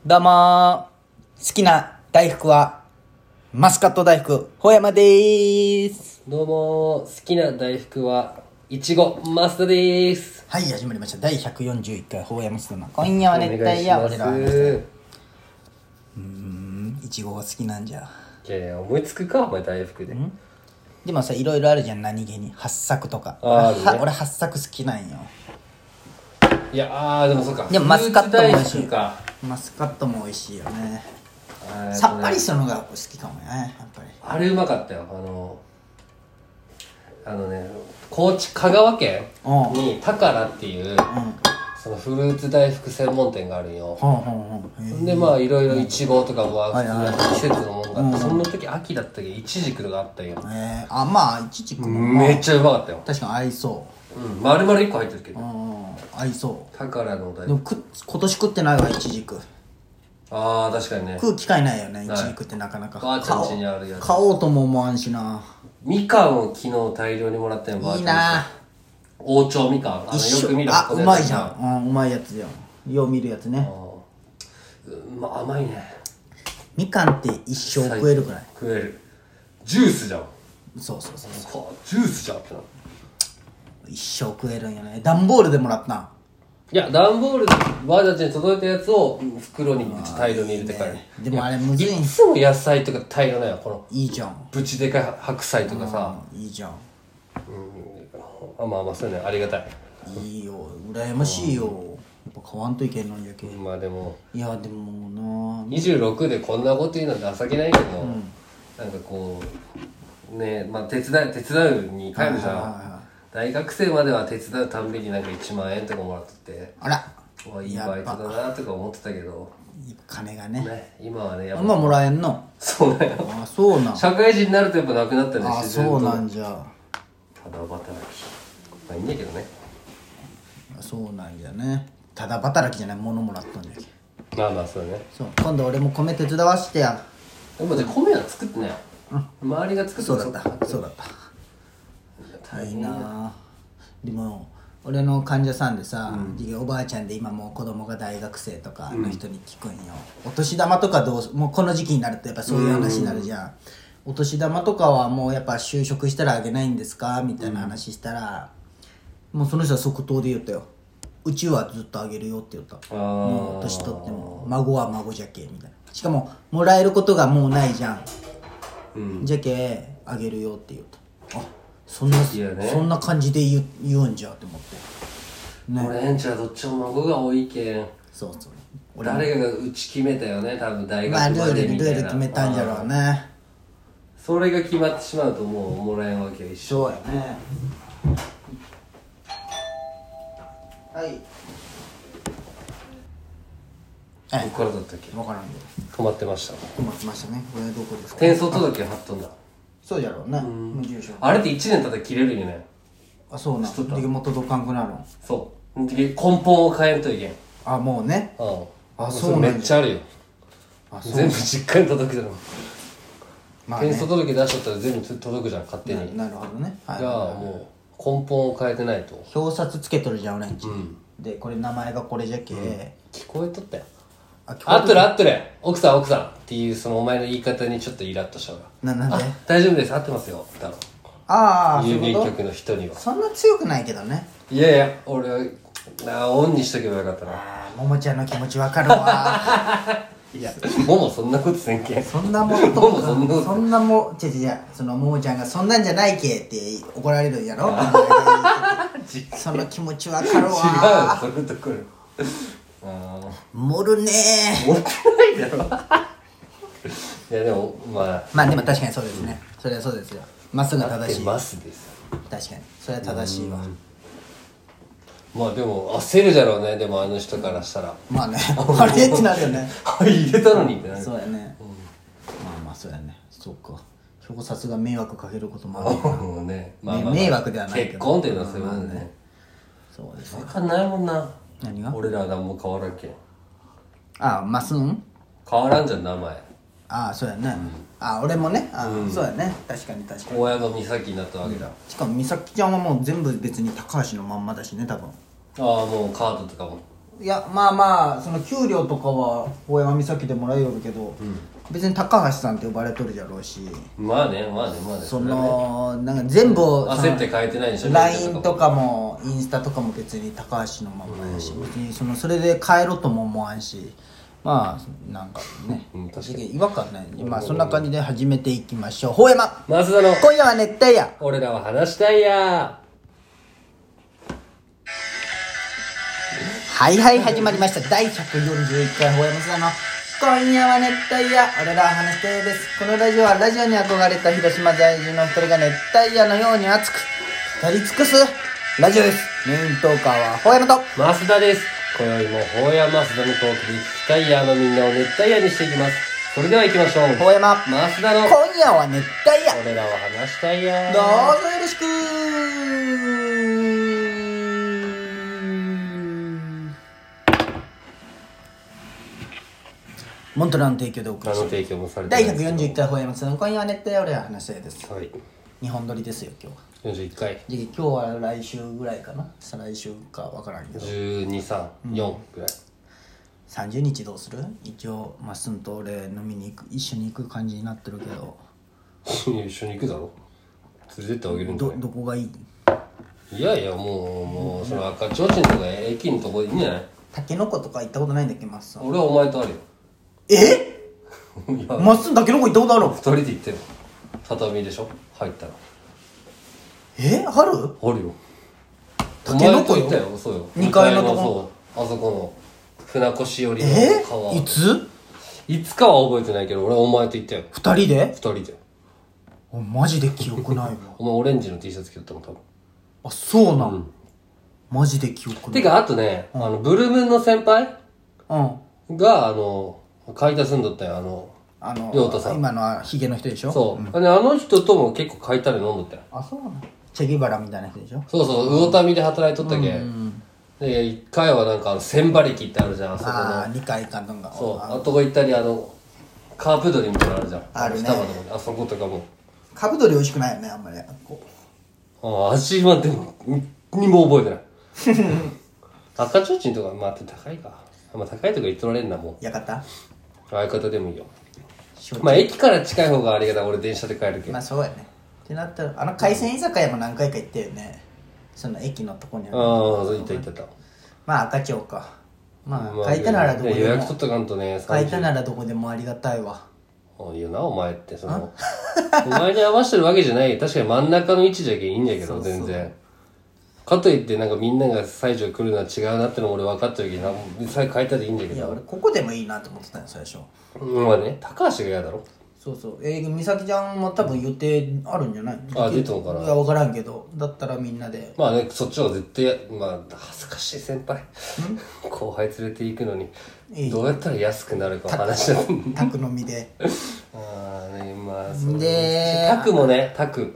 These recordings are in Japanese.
どうもー、好きな大福はマスカット大福ほやまでーす。 どうも好きな大福はいちごマスターです。 はい、始まりました第141回ほやまスタの今夜は熱帯夜。俺らはね、いちごが好きなんじゃ。 いやいや思いつくかお前大福で。 でもさ、いろいろあるじゃん、何気に八作とか。 あるね俺八作好きなんよ。 いやでもそうか。 でもマスカットも美味しいフルーツ大福か。 マスカットも美味しいよね。 ねさっぱりしたのが好きかもね、やっぱり。 あれうまかったよ。高知香川県に宝っていう、そのフルーツ大福専門店があるんよ。でまあいろいろいちごとかも季節のもんがあって、その時秋だったけどいちじくがあったんよ。 あ、まあいちじくも、 めっちゃうまかったよ。 確かに合いそ丸々1個入ってるけう。 ど。 合いそう。 宝の大でも福。 今年食ってないわ、いちじく。 ああ確かにね。 食う機会ないよね、いちじくってなかなか。 ばあちゃん家にあるやつ。 買おうとも思わんしな。 みかんを昨日大量にもらったよばあちゃん。 いいな。 王朝みかん。よく見るあ、 このやつうまいじゃん。うまいやつじゃん。よう見るやつね。 甘いね。 みかんって一生食えるくらい。 食える。ジュースじゃん。 そうジュースじゃんってな。 一生食えるんよね。段ボールでもらったん。 いや段ボールでばあちゃん家に届いたやつを袋に大量に入れて帰る。 でもあれむずいん。 いつも野菜とか大量だよ。このいいじゃん。 ぶちでかい白菜とかさ。 いいじゃん。 まあそういうのありがたい。 いいよ、羨ましいよ。やっぱ買わんといけんのんじゃけ。 まあでもいやでもな、 26でこんなこと言うなんて情けないけど、なんかこうねまあ手伝うに帰るじゃん。大学生までは手伝うたんびになんか1万円とかもらってて、 あら、 いいバイトだなとか思ってたけど金がね。 今はねやっぱ今もらえんの。 そうだよ。 あ、そうなん。 社会人になるとやっぱなくなったね。 あ、 自然とそうなんじゃ。 ただ働きまあいいんだけどね。 そうなんじゃね。ただ働きじゃない、物もらったんじゃけ。 まあそうね。 そう、今度俺も米手伝わしてや。 でも米は作ってないよ。周りが作ってそうだったそうだった。大変な。でも俺の患者さんでさ、おばあちゃんで今もう子供が大学生とかの人に聞くんよ、お年玉とかもうこの時期になるとやっぱそういう話になるじゃん、お年玉とかはもうやっぱ就職したらあげないんですかみたいな話したら、もうその人は即答で言ったよ。うちはずっとあげるよって言った。もう年取っても孫は孫じゃけみたいな。しかももらえることがもうないじゃん、じゃけあげるよって言った。あ、そんな感じで言うんじゃって思ってね。俺んちはどっちも孫が多いけん。 そうそう。 誰がうち決めたよね多分大学まあまでみたいな。 ルール決めたんじゃろうね。 それが決まってしまうともうもらえんわけよ一緒。 そうやね。はい。 どこからだったっけ。 分からんで止まってました。 止まってましたね。これはどこですか。 転送届貼っとんだ。 そうじゃろうね。無住所。 あれって1年経ったら切れるんよね。 あ、そうなんでも届かんくなるの。 そう根本を変えんといけん。 あ、もうね。 あ、 そうなんめっちゃあるよ。全部実家に届くじゃん。 まあね、 転送届出しとったら全部届くじゃん勝手に。 なるほどね。 じゃあもう根本を変えてないと。 表札つけとるじゃん俺んち、でこれ名前がこれじゃけ、 聞こえとったよ。 あっとる奥さんっていうそのお前の言い方にちょっとイラッとしたわ。 なんで大丈夫です合ってますよだろ。 ああ、 郵便局の人にはそんな強くないけどね。 いやいや俺はオンにしとけばよかったな。 ももちゃんの気持ちわかるわいやもそんなことせんけん。 そんなもんとそんなも違うそのももちゃんがそんなんじゃないけって怒られるんやろその気持ちわかるわ。 違うそういうところ盛るね持ってないだろいやでもまあでも確かにそうですね。それはそうですよ。まっすぐ正しい。 ますです。 確かにそれは正しいわ。 まあでも焦るじゃろうね。でもあの人からしたらまあねあれってなるよねはい入れたのにってなる。 そうやね、まあそうやね。そうか、表札が迷惑かけることもあるよなね、 迷惑ではないけど結婚っていうのはそういうもんね。 そうですね。 分かんないもんな。 何が俺らは何も変わらんけん。 あ、マスン変わらんじゃん名前。 あ、そうやね、俺もね、そうやね。確かに大山美咲になったわけだ、 しかも美咲ちゃんはもう全部別に高橋のまんまだしね多分。 もうカードとかもいやまあまあその給料とかは大山岬でもらえよるけど、別に高橋さんって呼ばれとるじゃろうし、 まあねそのなんか全部焦って変えてないでしょ。 LINE とかもインスタとかも別に高橋のままやし、別にそれで変えろとも思わんし、まあなんかね、 確かに違和感ない。まあそんな感じで始めていきましょう。ほうやま増田の今夜は熱帯夜。 俺らは話したいや。 はいはい、始まりました。第141回ほうやまさんの今夜は熱帯夜、俺らは話したいです。このラジオはラジオに憧れた広島在住の二人が熱帯夜のように熱く語り尽くすラジオです。メイントーカーはほうやまと増田です。今宵もほうや増田のトークで聞きたいやのみんなを熱帯夜にしていきます。それでは行きましょう。 ほうやま増田の今夜は熱帯夜、 俺らは話したいや。 どうぞよろしく。モントラの提供でお送りします。 提供もされて第141回ほうやまさんの今夜は熱帯夜、俺らは話したいです。 はい。 日本撮りですよ今日は。 41回。 今日は来週ぐらいかな、再来週か分からんけど、 12、3、4ぐらい。 30日どうする？一応まっすんと俺飲みに行く、一緒に行く感じになってるけど、 一緒に行くだろ。連れてってあげるんだよ。 どこがいい？ いやいや、もうその赤ちょうちんとか駅のとこでいいんじゃない？ タケノコとか行ったことないんだっけ、まっすん。 俺はお前とあるよ。 いやまっすんタケノコ行ったことある？ 二人で行ってる。畳でしょ入ったら。 春？ あるよ。 タケノコよ。 お前と行ったよ。そうよ。 2階のとこ。 そう、あそこの船越寄りの川。 いつ？ いつかは覚えてないけど、俺はお前と行ったよ。 二人で？ 二人で。 マジで記憶ないわ。 お前オレンジの T シャツ着とったもん、多分。 あ、そうなん。マジで記憶ない。 てか、あとね、ブルームンの先輩が、買い出すんどったよ、りょうたさん。 今のヒゲの人でしょ？ そう。あの人とも結構買いたり飲んどったよ。 あ、そうなん。チェギバラみたいな人でしょ？ そうそう、魚民で働いとったけ。で、一回はなんか千馬力ってあるじゃん、あそこの。 ああ、2回かなんか。 そう。あとこ行ったり、カープ鳥みたいなのあるじゃん。 あるね。 双葉とかあそことかも。 カブドリ美味しくないよね、あんまり。 味はでも、にも覚えてない。赤ちょうちんとか、まあ高いか。まあ高いとこ行っとられんな、もう。 館？ 相方でもいいよ。まあ駅から近い方がありがたい。俺電車で帰るけど。 まあそうやね。ってなったら、海鮮居酒屋も何回か行ったよね。その駅のとこにある。 ああ、そう行った。 まあ赤町か。まあ、書いたならどこでも。 予約取っとかんとね、 書いたならどこでもありがたいわ。 いいよな、お前って、お前に合わせてるわけじゃないよ。確かに真ん中の位置じゃけいいんだけど、全然。かといってなんかみんなが最初来るのは違うなってのも俺分かってるけど、最後変えたでいいんだけど。 いや、俺ここでもいいなと思ってたよ、最初。 まあね、高橋が嫌だろ。 そうそう。美咲ちゃんも多分予定あるんじゃない？ 出たのかな？ いや、分からんけど。だったらみんなで。 まあね、そっちの方が絶対、まあ、恥ずかしい先輩。後輩連れて行くのに、どうやったら安くなるか話だ。 宅飲みで。 ああね、まあ、そうで、 タクもね、タク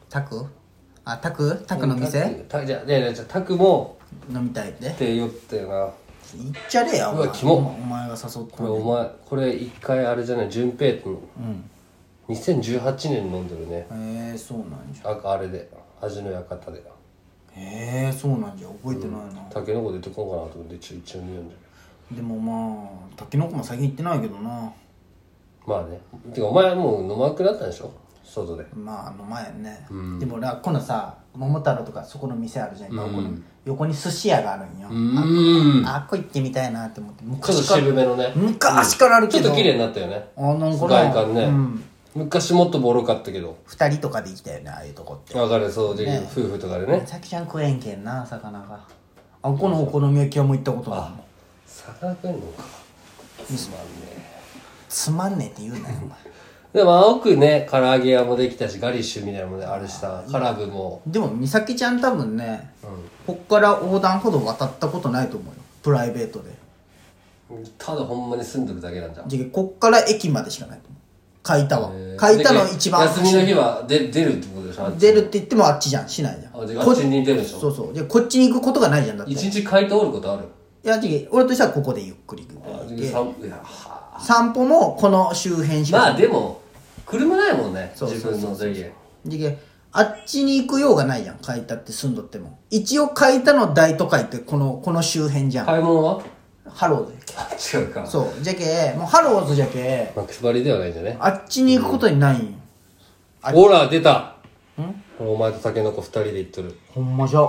の店？ じゃあタクも飲みたいってって言ったよな。 行っちゃれや、 うわキモ。 お前が誘ったの。 これ一回あれじゃない、順平と2018年に飲んでるね。 そうなんじゃ。 あれで味の館で。 そうなんじゃ。覚えてないな。 タケノコ出てこんかなと思って一応見るんだけど。でもまあタケノコも最近行ってないけどな。 まあね。てかお前はもう飲まなくなったんでしょ、外で。 まあ前ね。でもこのさ、桃太郎とかそこの店あるじゃん。横に寿司屋があるんよ。あっこ行ってみたいなって思って。 ちょっと渋めのね。 昔からあるけど。 ちょっと綺麗になったよね。 なんか外観ね。昔もっとボロかったけど。 2人とかで行きたよね、ああいうとこって。 わかる、そうで、夫婦とかでね。 さきちゃん食えんけんな、魚が。このお好み焼き屋も行ったことないもん。 魚食えんのか。つまんねえ。 つまんねえって言うなよ、お前。 でも奥ね、唐揚げ屋もできたし、ガリッシュみたいなのもあるしさ、カラブも。 でも美咲ちゃん多分ね、こっから横断歩道渡ったことないと思うよ、プライベートで。 ただほんまに住んでるだけなんじゃん。 こっから駅までしかないと思う。海田は海田の一番休みの日は出るってことでしょ。 出るって言ってもあっちじゃん、市内じゃん。 あっちに出るでしょ。 そうでこっちに行くことがないじゃん。だって一日海田おることある？ いや俺としてはここでゆっくり行く。散歩もこの周辺しか。 まあでも車ないもんね、自分の家。 あっちに行くようがないじゃん、海田って住んどっても。一応海田の大都会ってこの周辺じゃん。 買い物はハローズじゃ違うか。 けそうじゃけもうハローズじゃけマックスバリではないんじゃね。 あっちに行くことにないんよ、 ほら出た。お前とタケノコ2人で行っとる。 ほんまじゃ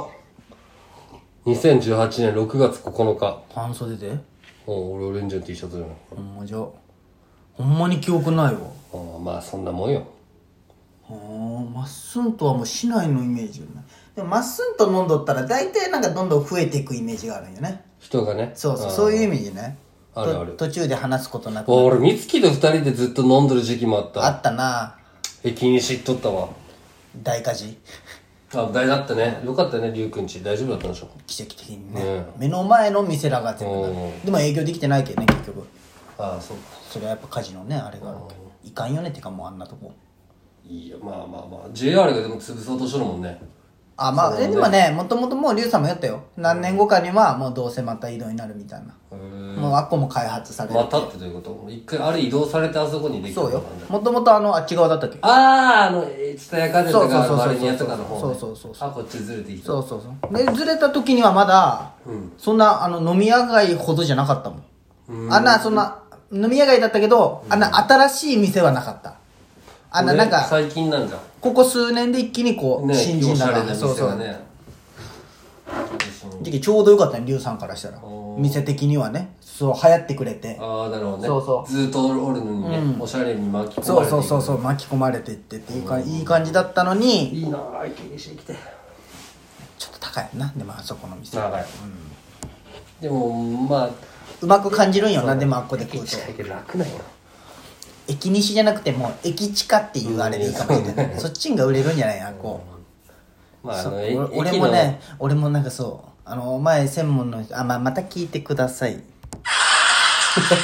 2018年6月9日。 半袖で俺オレンジの T シャツじゃない。 ほんまじゃほんまに記憶ないわ。 まあそんなもんよ。 マッスンとはもう市内のイメージよね。でもマッスンと飲んどったら大体なんかどんどん増えていくイメージがあるんよね。 人がね。 そういうイメージね。 あるある。 途中で話すことなく俺美月と2人でずっと飲んどる時期もあった。 あったな。 気にしっとったわ。 大火事大だったね。よかったね、りゅうくんち。大丈夫だったんでしょ。 奇跡的にね、目の前の店らが全部なでも営業できてないけどね結局。 そうか。 それはやっぱ火事のねあれがあるけどいかんよねってかもうあんなとこいいよ、まあ JR がでも潰そうとしとるもんね。 まあでもねもともともうリュウさんもやったよ。何年後かにはもうどうせまた移動になるみたいな。もうあっこも開発されるまたってどういうこと？一回あれ移動されてあそこにできたそうよ。もともとあっち側だったっけ。 蔦屋家電とか丸にやとかの方。 そうこっちずれてきた。 そうでずれた時にはまだそんな飲み屋街ほどじゃなかったもん。そんな飲み屋街だったけど新しい店はなかった。なんか最近なんじゃん。 ここ数年で一気にこう新人らが時期ちょうどよかったねリュウさんからしたら店的にはねそう流行ってくれて。 なるほどね。ずっとおるのにねおしゃれに巻き込まれてそう巻き込まれていってっていい感じだったのにいいなぁ気にしてきてちょっと高いなでもあそこの店高い。でもまあうまく感じるんよな。でもあっこで食うと駅近いけど楽なんよ。 駅西じゃなくてもう駅近っていうあれでいいかもしれない。そっちが売れるんじゃないこう。俺もなんかそう前専門のまた聞いてください